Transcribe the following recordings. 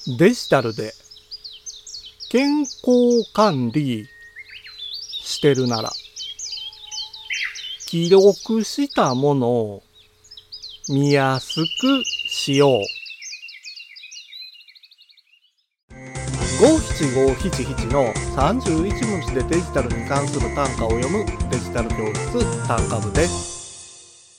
デジタルで健康管理してるなら、記録したものを見やすくしよう。五七五七七の31文字でデジタルに関する単価を読むデジタル教室単価部です。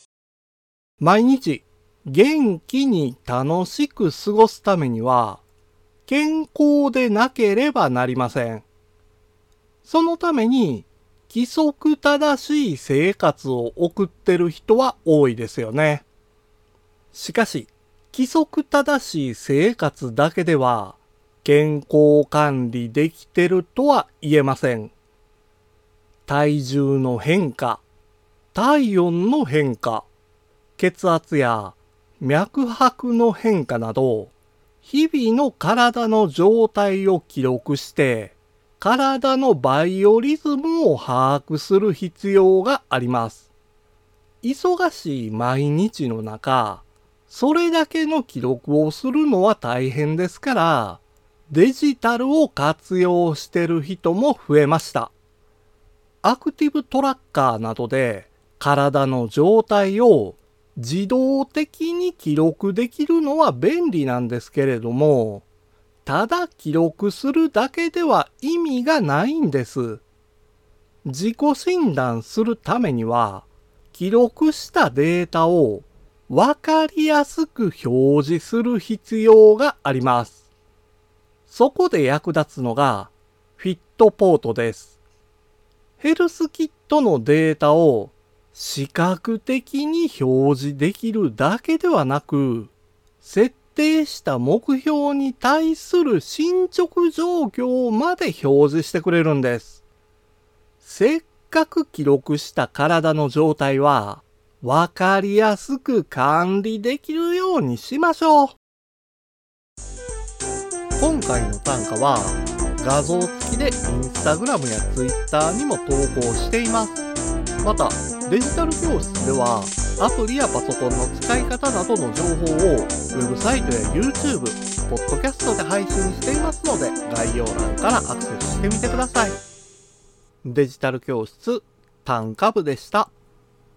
毎日元気に楽しく過ごすためには健康でなければなりません。そのために規則正しい生活を送ってる人は多いですよね。しかし、規則正しい生活だけでは健康管理できてるとは言えません。体重の変化、体温の変化、血圧や脈拍の変化など、日々の体の状態を記録して、体のバイオリズムを把握する必要があります。忙しい毎日の中、それだけの記録をするのは大変ですから、デジタルを活用してる人も増えました。アクティブトラッカーなどで体の状態を自動的に記録できるのは便利なんですけれども、ただ記録するだけでは意味がないんです。自己診断するためには、記録したデータをわかりやすく表示する必要があります。そこで役立つのがフィットポートです。ヘルスキットのデータを視覚的に表示できるだけではなく、設定した目標に対する進捗状況まで表示してくれるんです。せっかく記録した体の状態は、わかりやすく管理できるようにしましょう。今回の単価は画像付きでインスタグラムやツイッターにも投稿しています。またデジタル教室ではアプリやパソコンの使い方などの情報をウェブサイトや YouTube、ポッドキャストで配信していますので概要欄からアクセスしてみてください。デジタル教室単価部でした。